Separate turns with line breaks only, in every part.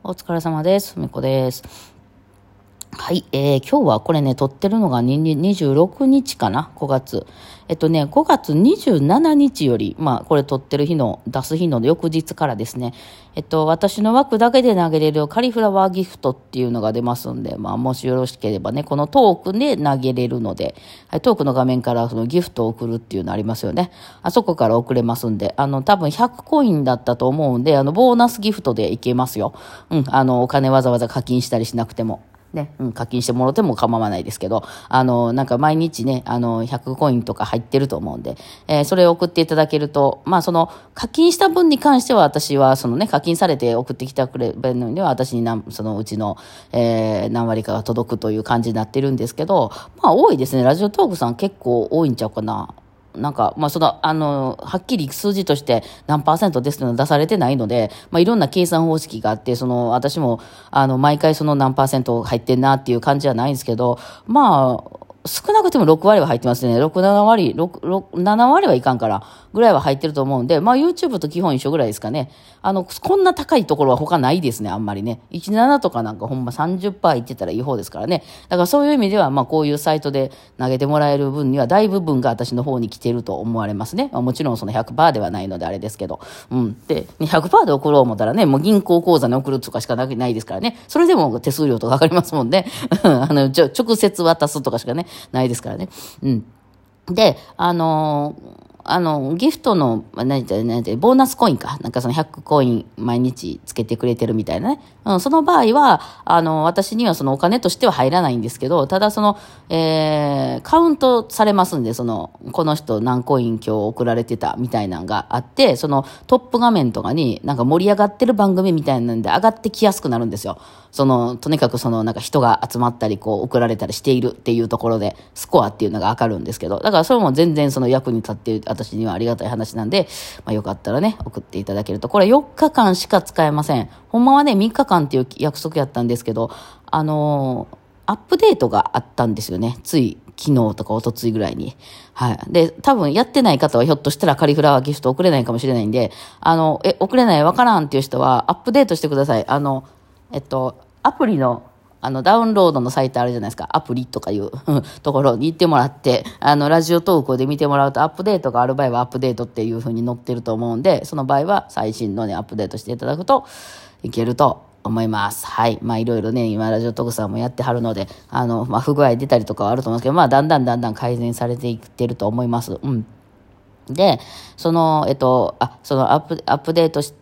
お疲れ様です。ふみこです。はい、今日はこれね、撮ってるのが26日かな、5月。5月27日より、これ撮ってる日の、出す日の翌日からですね、私の枠だけで投げれるカリフラワーギフトっていうのが出ますんで、もしよろしければね、このトークで投げれるので、はい、トークの画面からそのギフトを送るっていうのありますよね。あそこから送れますんで、多分100コインだったと思うんで、ボーナスギフトでいけますよ。お金わざわざ課金したりしなくても。ね、課金してもろても構わないですけど、なんか毎日ね、100コインとか入ってると思うんで、それを送っていただけると、その、課金した分に関しては私は、そのね、課金されて送ってきてくれるのには、私にそのうちの、何割かが届くという感じになってるんですけど、多いですね。ラジオトークさん結構多いんちゃうかな。なんか、はっきり数字として何パーセントですというのは出されてないので、いろんな計算方式があって、私も、毎回その何パーセント入ってんなっていう感じはないんですけど、少なくても6割は入ってますね。6、7割、7割はいかんから、ぐらいは入ってると思うんで、YouTube と基本一緒ぐらいですかね。こんな高いところは他ないですね、あんまりね。17とかなんかほんま 30% いってたらいい方ですからね。だからそういう意味では、こういうサイトで投げてもらえる分には、大部分が私の方に来てると思われますね。もちろんその 100% ではないのであれですけど。で、100% で送ろう思ったらね、もう銀行口座に送るとかしかないですからね。それでも手数料とかかかりますもんね。直接渡すとかしかね。ないですからね。で、ギフトの、ボーナスコインか。なんかその100コイン毎日つけてくれてるみたいなね。その場合は、私にはそのお金としては入らないんですけど、ただカウントされますんで、この人何コイン今日送られてたみたいなのがあって、そのトップ画面とかになんか盛り上がってる番組みたいなんで上がってきやすくなるんですよ。とにかくなんか人が集まったり、送られたりしているっていうところで、スコアっていうのがわかるんですけど、だからそれも全然役に立って私にはありがたい話なんで、よかったらね、送っていただけると。これ4日間しか使えません。ほんまはね、3日間っていう約束やったんですけど、アップデートがあったんですよね。つい昨日とか一昨日ぐらいに。はい。で、多分やってない方はひょっとしたらカリフラワーギフト送れないかもしれないんで、送れないわからんっていう人はアップデートしてください。アプリの、ダウンロードのサイトあるじゃないですか。アプリとかいうところに行ってもらって、ラジオ投稿で見てもらうとアップデートがある場合はアップデートっていう風に載ってると思うんで、その場合は最新のね、アップデートしていただくといけると思います。はい。いろいろね、今、ラジオトークさんもやってはるので、不具合出たりとかはあると思うんですけど、だんだん改善されていってると思います。で、そのアップデートして、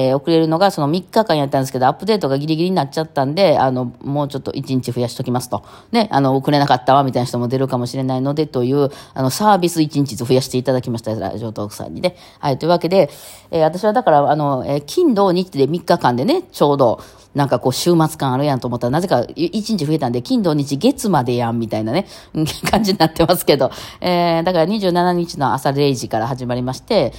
送れるのがその3日間やったんですけど、アップデートがギリギリになっちゃったんで、もうちょっと1日増やしときますと。ね、送れなかったわ、みたいな人も出るかもしれないので、という、サービス1日増やしていただきました、ラジオトークさんにね。はい、というわけで、私はだから、金土日で3日間でね、ちょうど、なんか週末感あるやんと思ったら、なぜか1日増えたんで、金土日月までやんみたいなね、感じになってますけど、だから27日の朝0時から始まりまして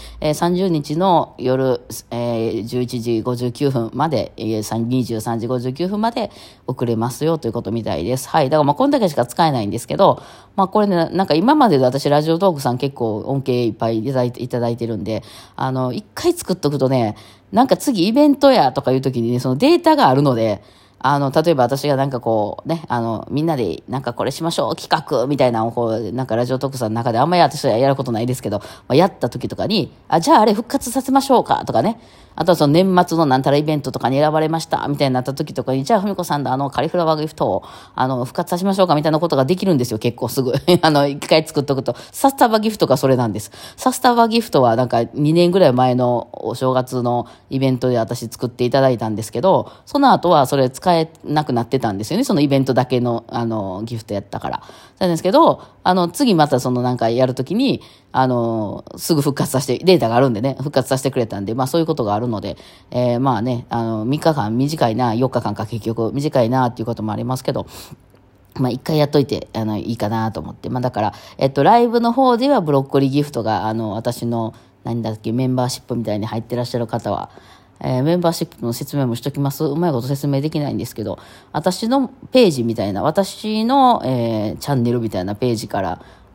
、30日の夜、11時59分まで、23時59分まで送れますよということみたいです。はい。だからこんだけしか使えないんですけど、これね、なんか今までで私ラジオトークさん結構恩恵いっぱいいただいてるんで、一回作っとくとね、なんか次イベントやとかいう時にね、そのデータがあるので、例えば私がなんかみんなでなんかこれしましょう、企画みたいなのをなんかラジオトークさんの中であんまり私はやることないですけど、やった時とかに、じゃああれ復活させましょうかとかね、あとはその年末のなんたらイベントとかに選ばれましたみたいになった時とかに、じゃあふみこさんのカリフラワーギフトを復活させましょうかみたいなことができるんですよ、結構すぐ。一回作っとくと。サスタバギフトがそれなんです。サスタバギフトはなんか2年ぐらい前のお正月のイベントで私作っていただいたんですけど、その後はそれ使えなくなってたんですよね。そのイベントだけのギフトやったから。なんですけど、次またなんかやるときに、すぐ復活させて、データがあるんでね、復活させてくれたんで、そういうことがあるので、3日間短いな、4日間か結局短いなっていうこともありますけど、一回やっといて、いいかなと思って。だから、ライブの方ではブロッコリーギフトが、私の、メンバーシップみたいに入ってらっしゃる方は、メンバーシップの説明もしときます。うまいこと説明できないんですけど、私のページみたいな、私の、チャンネルみたいなページから、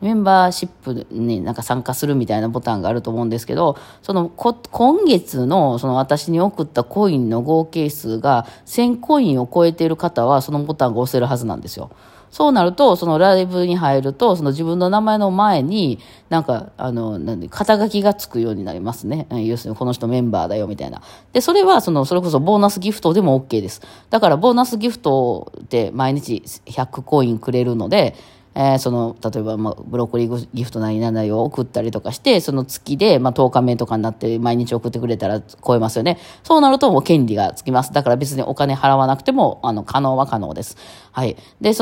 メンバーシップになんか参加するみたいなボタンがあると思うんですけど、今月のその私に送ったコインの合計数が1000コインを超えている方はそのボタンが押せるはずなんですよ。そうなると、そのライブに入ると、その自分の名前の前に、なんか、肩書きがつくようになりますね。要するに、この人メンバーだよ、みたいな。で、それは、それこそボーナスギフトでも OK です。だから、ボーナスギフトで毎日100コインくれるので、例えば、ブロッコリーギフト何々を送ったりとかして、その月で、10日目とかになって毎日送ってくれたら超えますよね。そうなるともう権利がつきます。だから別にお金払わなくても、可能は可能です。はい。で、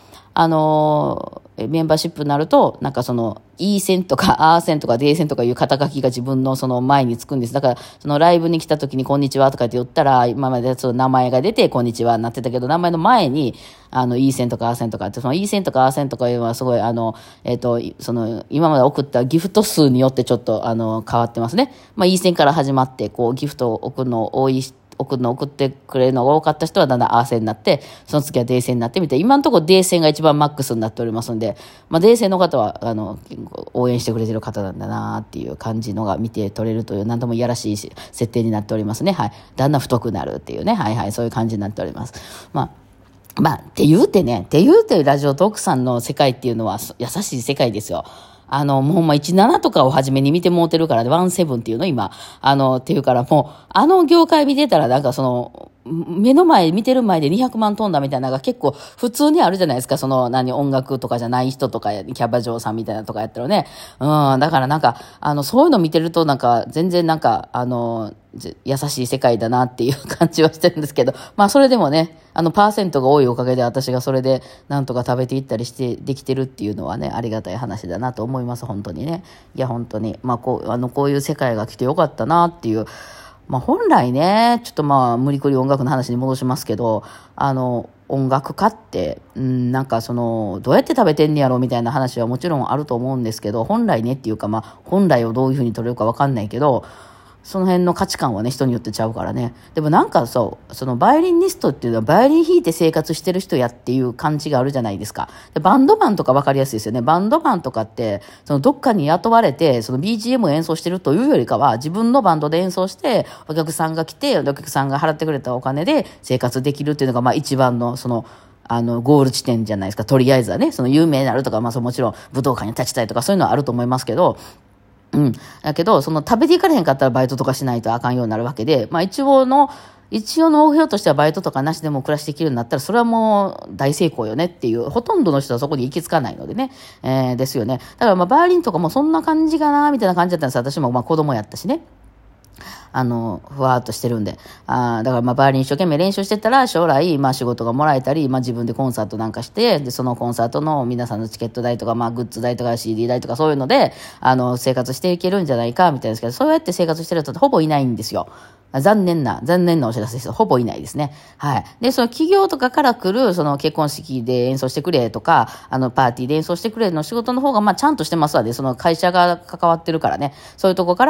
メンバーシップになると、なんかE 線とか R 線とか D 線とかいう肩書きが自分のその前につくんです。だから、ライブに来た時にこんにちはとかって言ったら、今までその名前が出てこんにちはになってたけど、名前の前に、E 線とか R 線とかって、その E 線とか R 線とかいうのはすごい、今まで送ったギフト数によってちょっと、変わってますね。E 線から始まって、ギフトを送るの多い送ってくれるのが多かった人はだんだん A 線になって、その次は D 線になってみたいな、今のところ D 線が一番マックスになっておりますので、D 線の方は、応援してくれてる方なんだなっていう感じのが見て取れるという、なんともいやらしい設定になっておりますね。はい。だんだん太くなるっていうね。はいはい。そういう感じになっております。って言うてラジオトークさんの世界っていうのは優しい世界ですよ。もうほんま17とかを初めに見てもうてるからね、17っていうの今。っていうからもう、業界見てたらなんか目の前、見てる前で200万飛んだみたいなのが結構普通にあるじゃないですか。音楽とかじゃない人とか、キャバ嬢さんみたいなとかやったらね。だからなんか、そういうの見てるとなんか、全然なんか、優しい世界だなっていう感じはしてるんですけど、それでもね、パーセントが多いおかげで私がそれでなんとか食べていったりしてできてるっていうのはね、ありがたい話だなと思います、本当にね。いや、本当に。こういう世界が来てよかったなっていう。本来ね、ちょっと無理くり音楽の話に戻しますけど、音楽家って、なんかどうやって食べてんねやろみたいな話はもちろんあると思うんですけど、本来ねっていうか本来をどういうふうに取れるかわかんないけど、その辺の価値観はね、人によってちゃうからね。でもなんかバイオリニストっていうのはバイオリン弾いて生活してる人やっていう感じがあるじゃないですか。でバンドマンとかわかりやすいですよね。バンドマンとかって、どっかに雇われて、BGM を演奏してるというよりかは、自分のバンドで演奏して、お客さんが来て、お客さんが払ってくれたお金で生活できるっていうのが、一番の、ゴール地点じゃないですか。とりあえずはね、有名になるとか、もちろん武道館に立ちたいとか、そういうのはあると思いますけど、だけど、食べていかれへんかったらバイトとかしないとあかんようになるわけで、一応の目標としてはバイトとかなしでも暮らしていけるようになったら、それはもう大成功よねっていう、ほとんどの人はそこに行き着かないのでね、ですよね。だからバイオリンとかもそんな感じかな、みたいな感じだったんです。私も子供やったしね。ふわーっとしてるんで。だからバイオリン一生懸命練習してたら、将来、仕事がもらえたり、自分でコンサートなんかして、で、そのコンサートの皆さんのチケット代とか、グッズ代とか CD 代とかそういうので、生活していけるんじゃないか、みたいですけど、そうやって生活してる人ってほぼいないんですよ。残念なお知らせです。ほぼいないですね。はい。で、企業とかから来る、結婚式で演奏してくれとか、パーティーで演奏してくれの仕事の方が、ちゃんとしてますわね。会社が関わってるからね。そういうとこから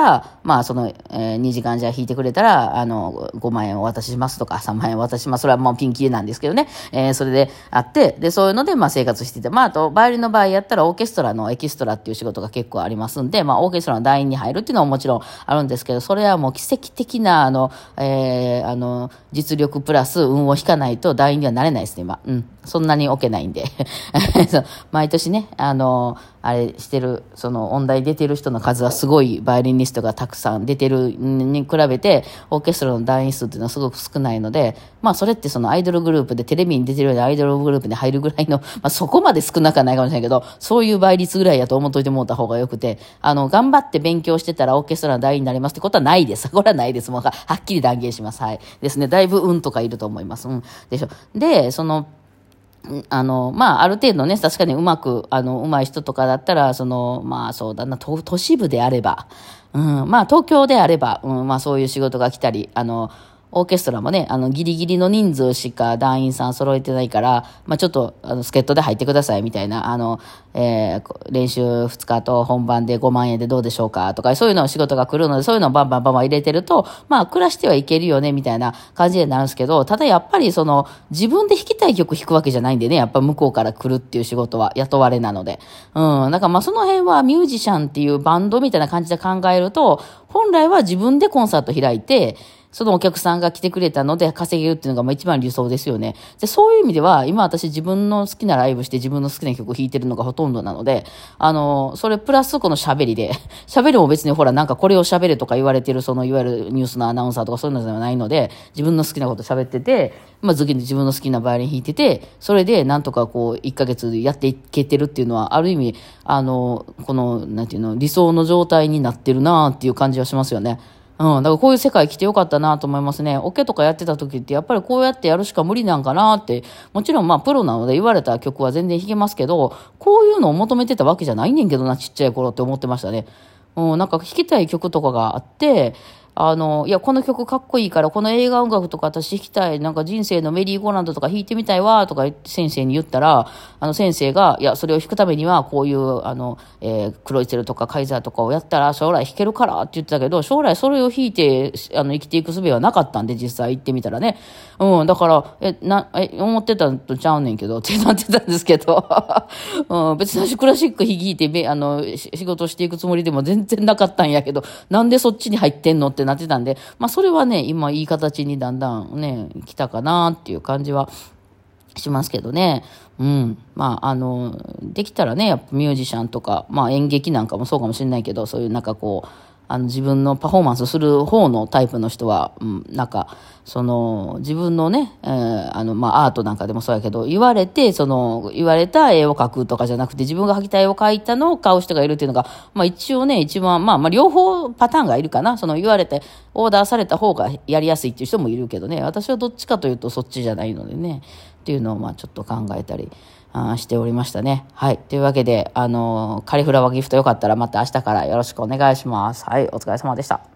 、2時間じゃ弾いてくれたら、5万円お渡ししますとか、3万円お渡しします。それはもうピンキリなんですけどね。それであって、で、そういうので、生活してて、あと、バイオリンの場合やったら、オーケストラのエキストラっていう仕事が結構ありますんで、オーケストラの団員に入るっていうのはもちろんあるんですけど、それはもう奇跡的な、実力プラス運を引かないと団員にはなれないですね、今。そんなに置けないんで。毎年ね、あれしてる、音大出てる人の数はすごいバイオリニストがたくさん出てるに比べて、オーケストラの団員数っていうのはすごく少ないので、それってアイドルグループでテレビに出てるようなアイドルグループに入るぐらいの、そこまで少なくはないかもしれないけど、そういう倍率ぐらいやと思っといてもらった方がよくて、頑張って勉強してたらオーケストラの団員になりますってことはないです。これはないです。もうはっきり断言します。はい。ですね。だいぶ運とかいると思います。でしょ。で、ある程度ね、確かにうまい人とかだったら、そうだな、都市部であれば、東京であれば、そういう仕事が来たり、 オーケストラもね、ギリギリの人数しか団員さん揃えてないから、ちょっと、助っ人で入ってくださいみたいな、練習2日と本番で5万円でどうでしょうかとか、そういうの仕事が来るので、そういうのをバンバンバンバン入れてると、暮らしてはいけるよね、みたいな感じになるんですけど、ただやっぱり自分で弾きたい曲弾くわけじゃないんでね、やっぱ向こうから来るっていう仕事は雇われなので。だからその辺はミュージシャンっていうバンドみたいな感じで考えると、本来は自分でコンサート開いて、そのお客さんが来てくれたので稼げるっていうのが一番理想ですよね。で、そういう意味では、今私自分の好きなライブして自分の好きな曲弾いてるのがほとんどなので、それプラスこの喋りで、喋りも別にほらなんかこれを喋れとか言われてるいわゆるニュースのアナウンサーとかそういうのではないので、自分の好きなこと喋ってて、自分の好きなバイオリン弾いてて、それでなんとか1ヶ月やっていけてるっていうのは、ある意味、なんていうの、理想の状態になってるなっていう感じはしますよね。だからこういう世界来てよかったなと思いますね。オケとかやってた時ってやっぱりこうやってやるしか無理なんかなって、もちろんプロなので言われた曲は全然弾けますけど、こういうのを求めてたわけじゃないねんけどな、ちっちゃい頃って思ってましたね。なんか弾きたい曲とかがあって、いや、この曲かっこいいから、この映画音楽とか私弾きたい、なんか人生のメリーゴーランドとか弾いてみたいわ、とか先生に言ったら、先生が、いや、それを弾くためには、こういう、クロイツェルとかカイザーとかをやったら、将来弾けるからって言ってたけど、将来それを弾いて、生きていく術はなかったんで、実際行ってみたらね。だから、思ってたとちゃうねんけど、ってなってたんですけど、別に私クラシック弾いて、仕事していくつもりでも全然なかったんやけど、なんでそっちに入ってんのってなってたんで、それはね、今いい形にだんだんね、来たかなっていう感じはしますけどね。できたらね、やっぱミュージシャンとか、演劇なんかもそうかもしれないけど、そういうなんかこう、自分のパフォーマンスする方のタイプの人は、なんか、自分のね、アートなんかでもそうやけど、言われた絵を描くとかじゃなくて、自分が描きたい絵を描いたのを買う人がいるっていうのが、一応ね、一番、両方パターンがいるかな。言われて、オーダーされた方がやりやすいっていう人もいるけどね、私はどっちかというとそっちじゃないのでね、っていうのをちょっと考えたり、しておりましたね。はい。というわけで、カリフラワーギフトよかったらまた明日からよろしくお願いします。はい。お疲れ様でした。